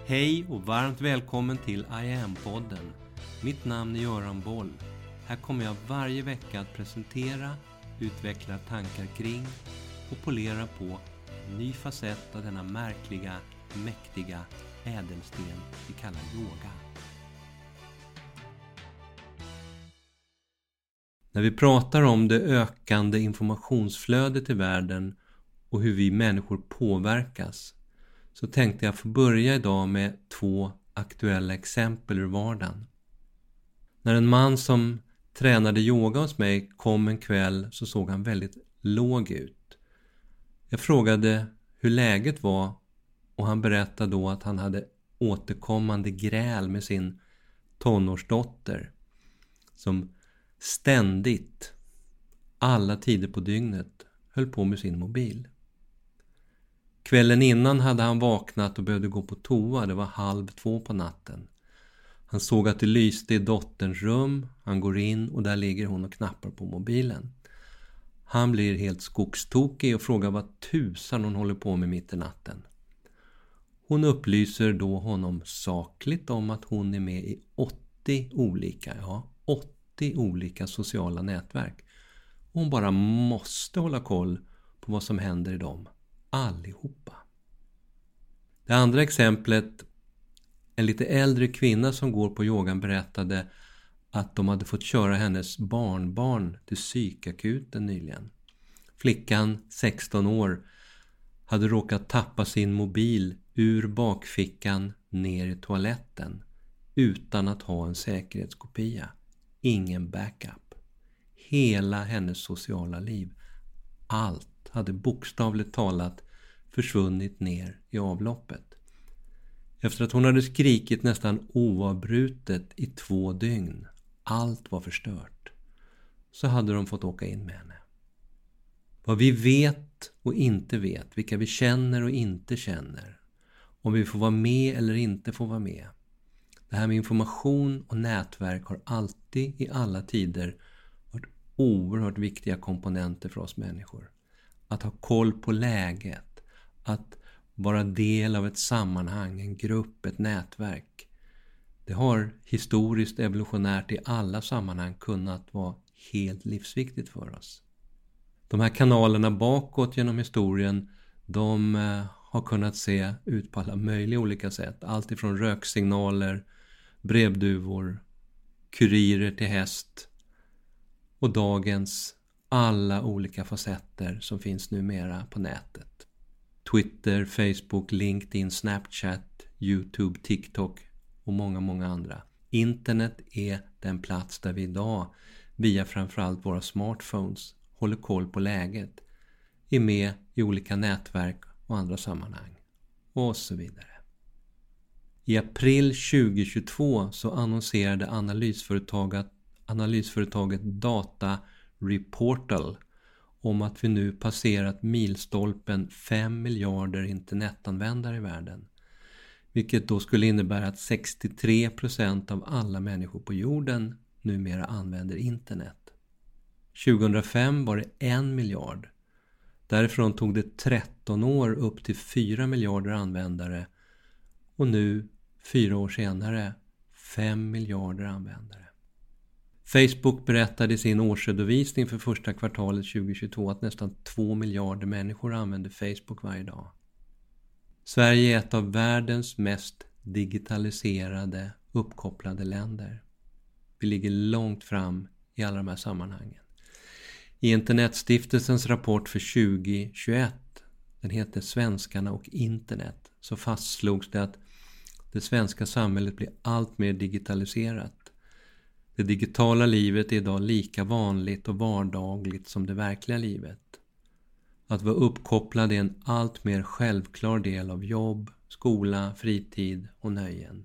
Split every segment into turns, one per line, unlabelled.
Hej och varmt välkommen till I Am-podden. Mitt namn är Göran Boll. Här kommer jag varje vecka att presentera, utveckla tankar kring och polera på en ny facett av denna märkliga, mäktiga ädelsten vi kallar yoga. När vi pratar om det ökande informationsflödet i världen och hur vi människor påverkas, så tänkte jag få börja idag med 2 aktuella exempel ur vardagen. När en man som tränade yoga hos mig kom en kväll så såg han väldigt låg ut. Jag frågade hur läget var och han berättade då att han hade återkommande gräl med sin tonårsdotter som ständigt, alla tider på dygnet, höll på med sin mobil. Kvällen innan hade han vaknat och behövde gå på toa. Det var 1:30 på natten. Han såg att det lyste i dotterns rum. Han går in och där ligger hon och knappar på mobilen. Han blir helt skogstokig och frågar vad tusan hon håller på med mitt i natten. Hon upplyser då honom sakligt om att hon är med i 80 olika sociala nätverk. Och hon bara måste hålla koll på vad som händer i dem. Allihopa. Det andra exemplet, en lite äldre kvinna som går på yogan berättade att de hade fått köra hennes barnbarn till psykakuten nyligen. Flickan, 16 år, hade råkat tappa sin mobil ur bakfickan ner i toaletten utan att ha en säkerhetskopia. Ingen backup. Hela hennes sociala liv, allt hade bokstavligt talat försvunnit ner i avloppet. Efter att hon hade skrikit nästan oavbrutet i 2 dygn, allt var förstört, så hade de fått åka in med henne. Vad vi vet och inte vet, vilka vi känner och inte känner, om vi får vara med eller inte får vara med. Det här med information och nätverk har alltid i alla tider varit oerhört viktiga komponenter för oss människor. Att ha koll på läget, att vara del av ett sammanhang, en grupp, ett nätverk. Det har historiskt evolutionärt i alla sammanhang kunnat vara helt livsviktigt för oss. De här kanalerna bakåt genom historien, de har kunnat se ut på alla möjliga olika sätt. Allt ifrån röksignaler, brevduvor, kurirer till häst och dagens alla olika facetter som finns numera på nätet. Twitter, Facebook, LinkedIn, Snapchat, YouTube, TikTok och många andra. Internet är den plats där vi idag, via framförallt våra smartphones, håller koll på läget, är med i olika nätverk och andra sammanhang och så vidare. I april 2022 så annonserade analysföretaget Data Reportal om att vi nu passerat milstolpen 5 miljarder internetanvändare i världen. Vilket då skulle innebära att 63% av alla människor på jorden numera använder internet. 2005 var det 1 miljard. Därifrån tog det 13 år upp till 4 miljarder användare och nu 4 år senare 5 miljarder användare. Facebook berättade i sin årsredovisning för första kvartalet 2022 att nästan 2 miljarder människor använder Facebook varje dag. Sverige är ett av världens mest digitaliserade, uppkopplade länder. Vi ligger långt fram i alla de här sammanhangen. I Internetstiftelsens rapport för 2021, den heter Svenskarna och internet, så fastslogs det att det svenska samhället blir allt mer digitaliserat. Det digitala livet är idag lika vanligt och vardagligt som det verkliga livet. Att vara uppkopplad är en allt mer självklar del av jobb, skola, fritid och nöjen.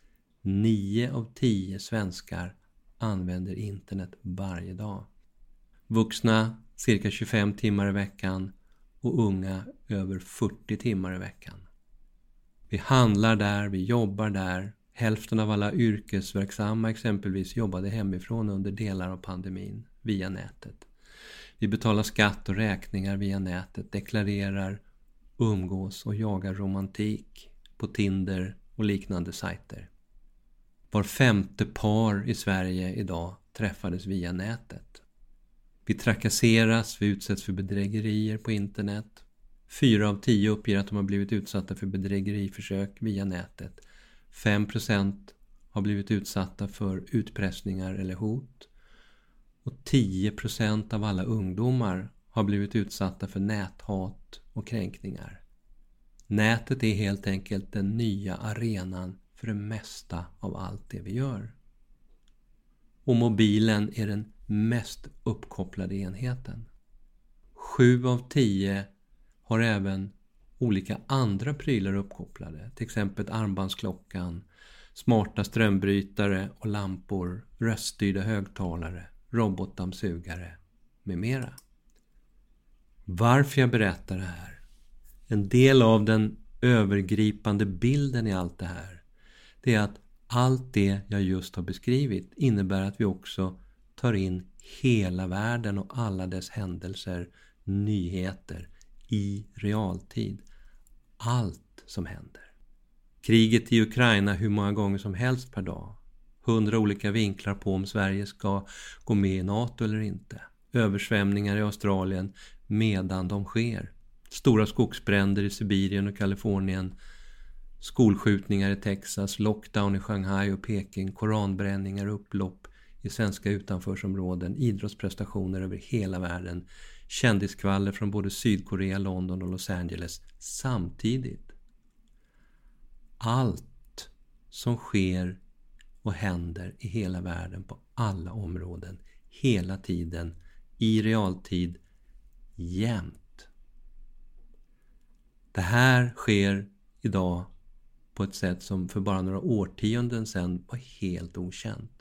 9 av 10 svenskar använder internet varje dag. Vuxna cirka 25 timmar i veckan och unga över 40 timmar i veckan. Vi handlar där, vi jobbar där. Hälften av alla yrkesverksamma exempelvis jobbade hemifrån under delar av pandemin via nätet. Vi betalar skatt och räkningar via nätet, deklarerar, umgås och jagar romantik på Tinder och liknande sajter. Var 5:e par i Sverige idag träffades via nätet. Vi trakasseras, vi utsätts för bedrägerier på internet. 4 av 10 uppger att de har blivit utsatta för bedrägeriförsök via nätet. 5% har blivit utsatta för utpressningar eller hot. Och 10% av alla ungdomar har blivit utsatta för näthat och kränkningar. Nätet är helt enkelt den nya arenan för det mesta av allt det vi gör. Och mobilen är den mest uppkopplade enheten. 7 av 10 har även olika andra prylar uppkopplade. Till exempel armbandsklockan, smarta strömbrytare och lampor, röststyrda högtalare, robotdammsugare med mera. Varför jag berättar det här? En del av den övergripande bilden i allt det här, det är att allt det jag just har beskrivit innebär att vi också tar in hela världen och alla dess händelser, nyheter i realtid. Allt som händer. Kriget i Ukraina hur många gånger som helst per dag. 100 olika vinklar på om Sverige ska gå med i NATO eller inte. Översvämningar i Australien medan de sker. Stora skogsbränder i Sibirien och Kalifornien. Skolskjutningar i Texas, lockdown i Shanghai och Peking, koranbränningar och upplopp i svenska utanförsområden, idrottsprestationer över hela världen, kändiskvaller från både Sydkorea, London och Los Angeles samtidigt. Allt som sker och händer i hela världen på alla områden, hela tiden, i realtid, jämt. Det här sker idag på ett sätt som för bara några årtionden sedan var helt okänt.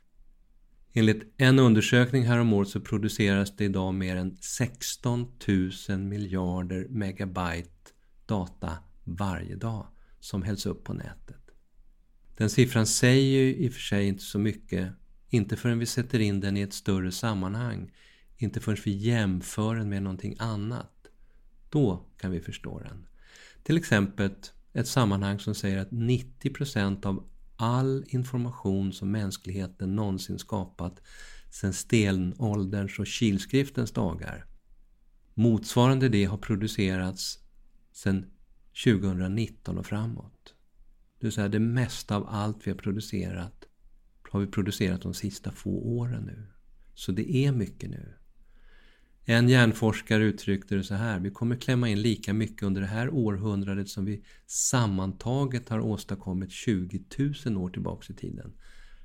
Enligt en undersökning häromåret så produceras det idag mer än 16 000 miljarder megabyte data varje dag som hälls upp på nätet. Den siffran säger ju i och för sig inte så mycket, inte förrän vi sätter in den i ett större sammanhang, inte förrän vi jämför den med någonting annat. Då kan vi förstå den. Till exempel ett sammanhang som säger att 90% av all information som mänskligheten någonsin skapat sedan stenålderns och kilskriftens dagar. Motsvarande det har producerats sedan 2019 och framåt. Det vill säga det mesta av allt vi har producerat de sista få åren nu. Så det är mycket nu. En hjärnforskare uttryckte det så här: vi kommer klämma in lika mycket under det här århundradet som vi sammantaget har åstadkommit 20 000 år tillbaka i tiden.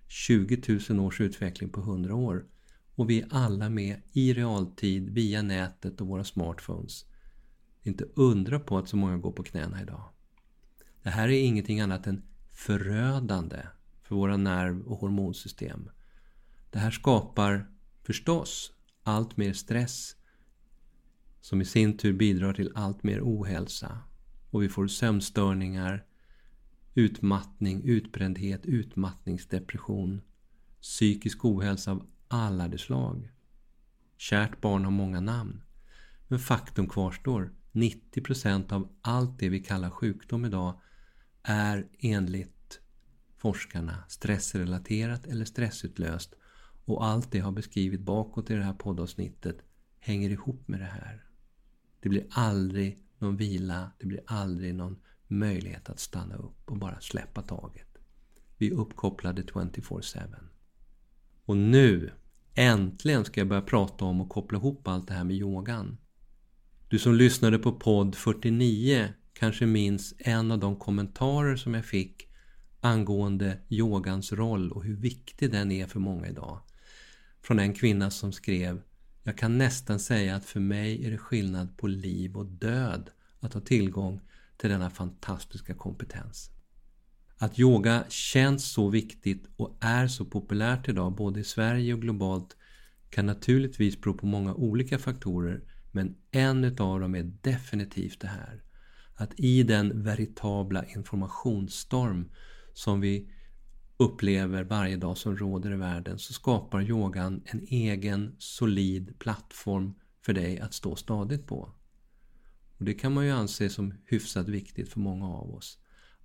20 000 års utveckling på 100 år. Och vi är alla med i realtid via nätet och våra smartphones. Inte undra på att så många går på knäna idag. Det här är ingenting annat än förödande för våra nerv- och hormonsystem. Det här skapar förstås allt mer stress som i sin tur bidrar till allt mer ohälsa. Och vi får sömnstörningar, utmattning, utbrändhet, utmattningsdepression, psykisk ohälsa av alla de slag. Kärt barn har många namn. Men faktum kvarstår, 90% av allt det vi kallar sjukdom idag är enligt forskarna stressrelaterat eller stressutlöst. Och allt det har beskrivit bakåt i det här poddavsnittet hänger ihop med det här. Det blir aldrig någon vila, det blir aldrig någon möjlighet att stanna upp och bara släppa taget. Vi är uppkopplade 24/7. Och nu, äntligen ska jag börja prata om och koppla ihop allt det här med yogan. Du som lyssnade på podd 49 kanske minns en av de kommentarer som jag fick angående yogans roll och hur viktig den är för många idag. Från en kvinna som skrev: jag kan nästan säga att för mig är det skillnad på liv och död att ha tillgång till denna fantastiska kompetens. Att yoga känns så viktigt och är så populärt idag både i Sverige och globalt kan naturligtvis bero på många olika faktorer, men en av dem är definitivt det här. Att i den veritabla informationsstorm som vi upplever varje dag som råder i världen så skapar yogan en egen solid plattform för dig att stå stadigt på. Och det kan man ju anse som hyfsat viktigt för många av oss.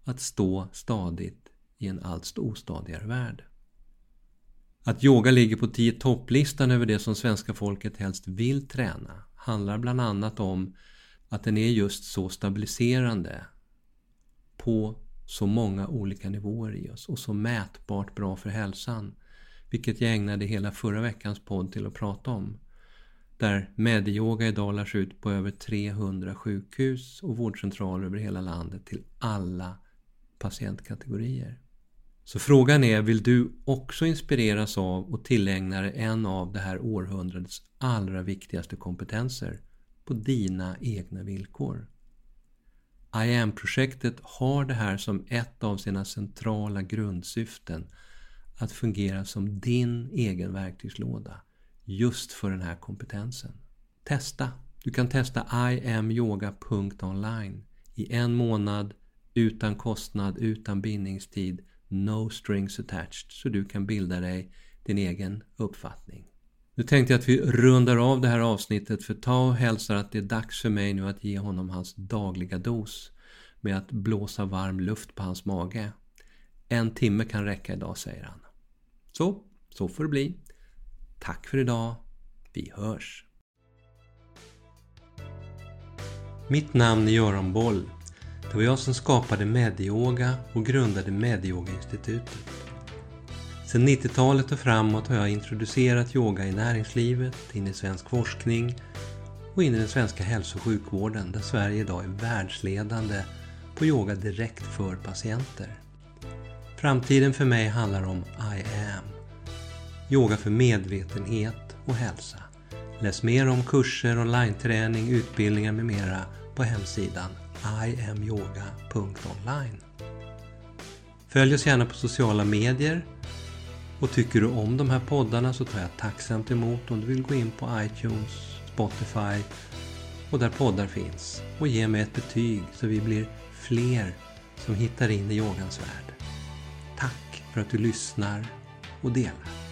att stå stadigt i en allt ostadigare värld. Att yoga ligger på 10-topplistan över det som svenska folket helst vill träna handlar bland annat om att den är just så stabiliserande på så många olika nivåer i oss och så mätbart bra för hälsan, vilket jag ägnade hela förra veckans podd till att prata om. Där Mediyoga idag lärs ut på över 300 sjukhus och vårdcentraler över hela landet till alla patientkategorier. Så frågan är, vill du också inspireras av och tillägna dig en av det här århundradets allra viktigaste kompetenser på dina egna villkor? I Am-projektet har det här som ett av sina centrala grundsyften, att fungera som din egen verktygslåda just för den här kompetensen. Testa! Du kan testa iamyoga.online i 1 månad utan kostnad, utan bindningstid, no strings attached, så du kan bilda dig din egen uppfattning. Nu tänkte jag att vi rundar av det här avsnittet, för Tao hälsar att det är dags för mig nu att ge honom hans dagliga dos med att blåsa varm luft på hans mage. 1 timme kan räcka idag, säger han. Så får det bli. Tack för idag. Vi hörs. Mitt namn är Göran Boll. Det var jag som skapade Mediyoga och grundade Mediyoga-institutet. Sedan 90-talet och framåt har jag introducerat yoga i näringslivet, in i svensk forskning och in i den svenska hälso- och sjukvården, där Sverige idag är världsledande på yoga direkt för patienter. Framtiden för mig handlar om I Am. Yoga för medvetenhet och hälsa. Läs mer om kurser, online-träning, utbildningar med mera på hemsidan iamyoga.online. Följ oss gärna på sociala medier, och tycker du om de här poddarna så tar jag tacksamt emot om du vill gå in på iTunes, Spotify och där poddar finns och ge mig ett betyg så vi blir fler som hittar in i yogans värld. Tack för att du lyssnar och delar.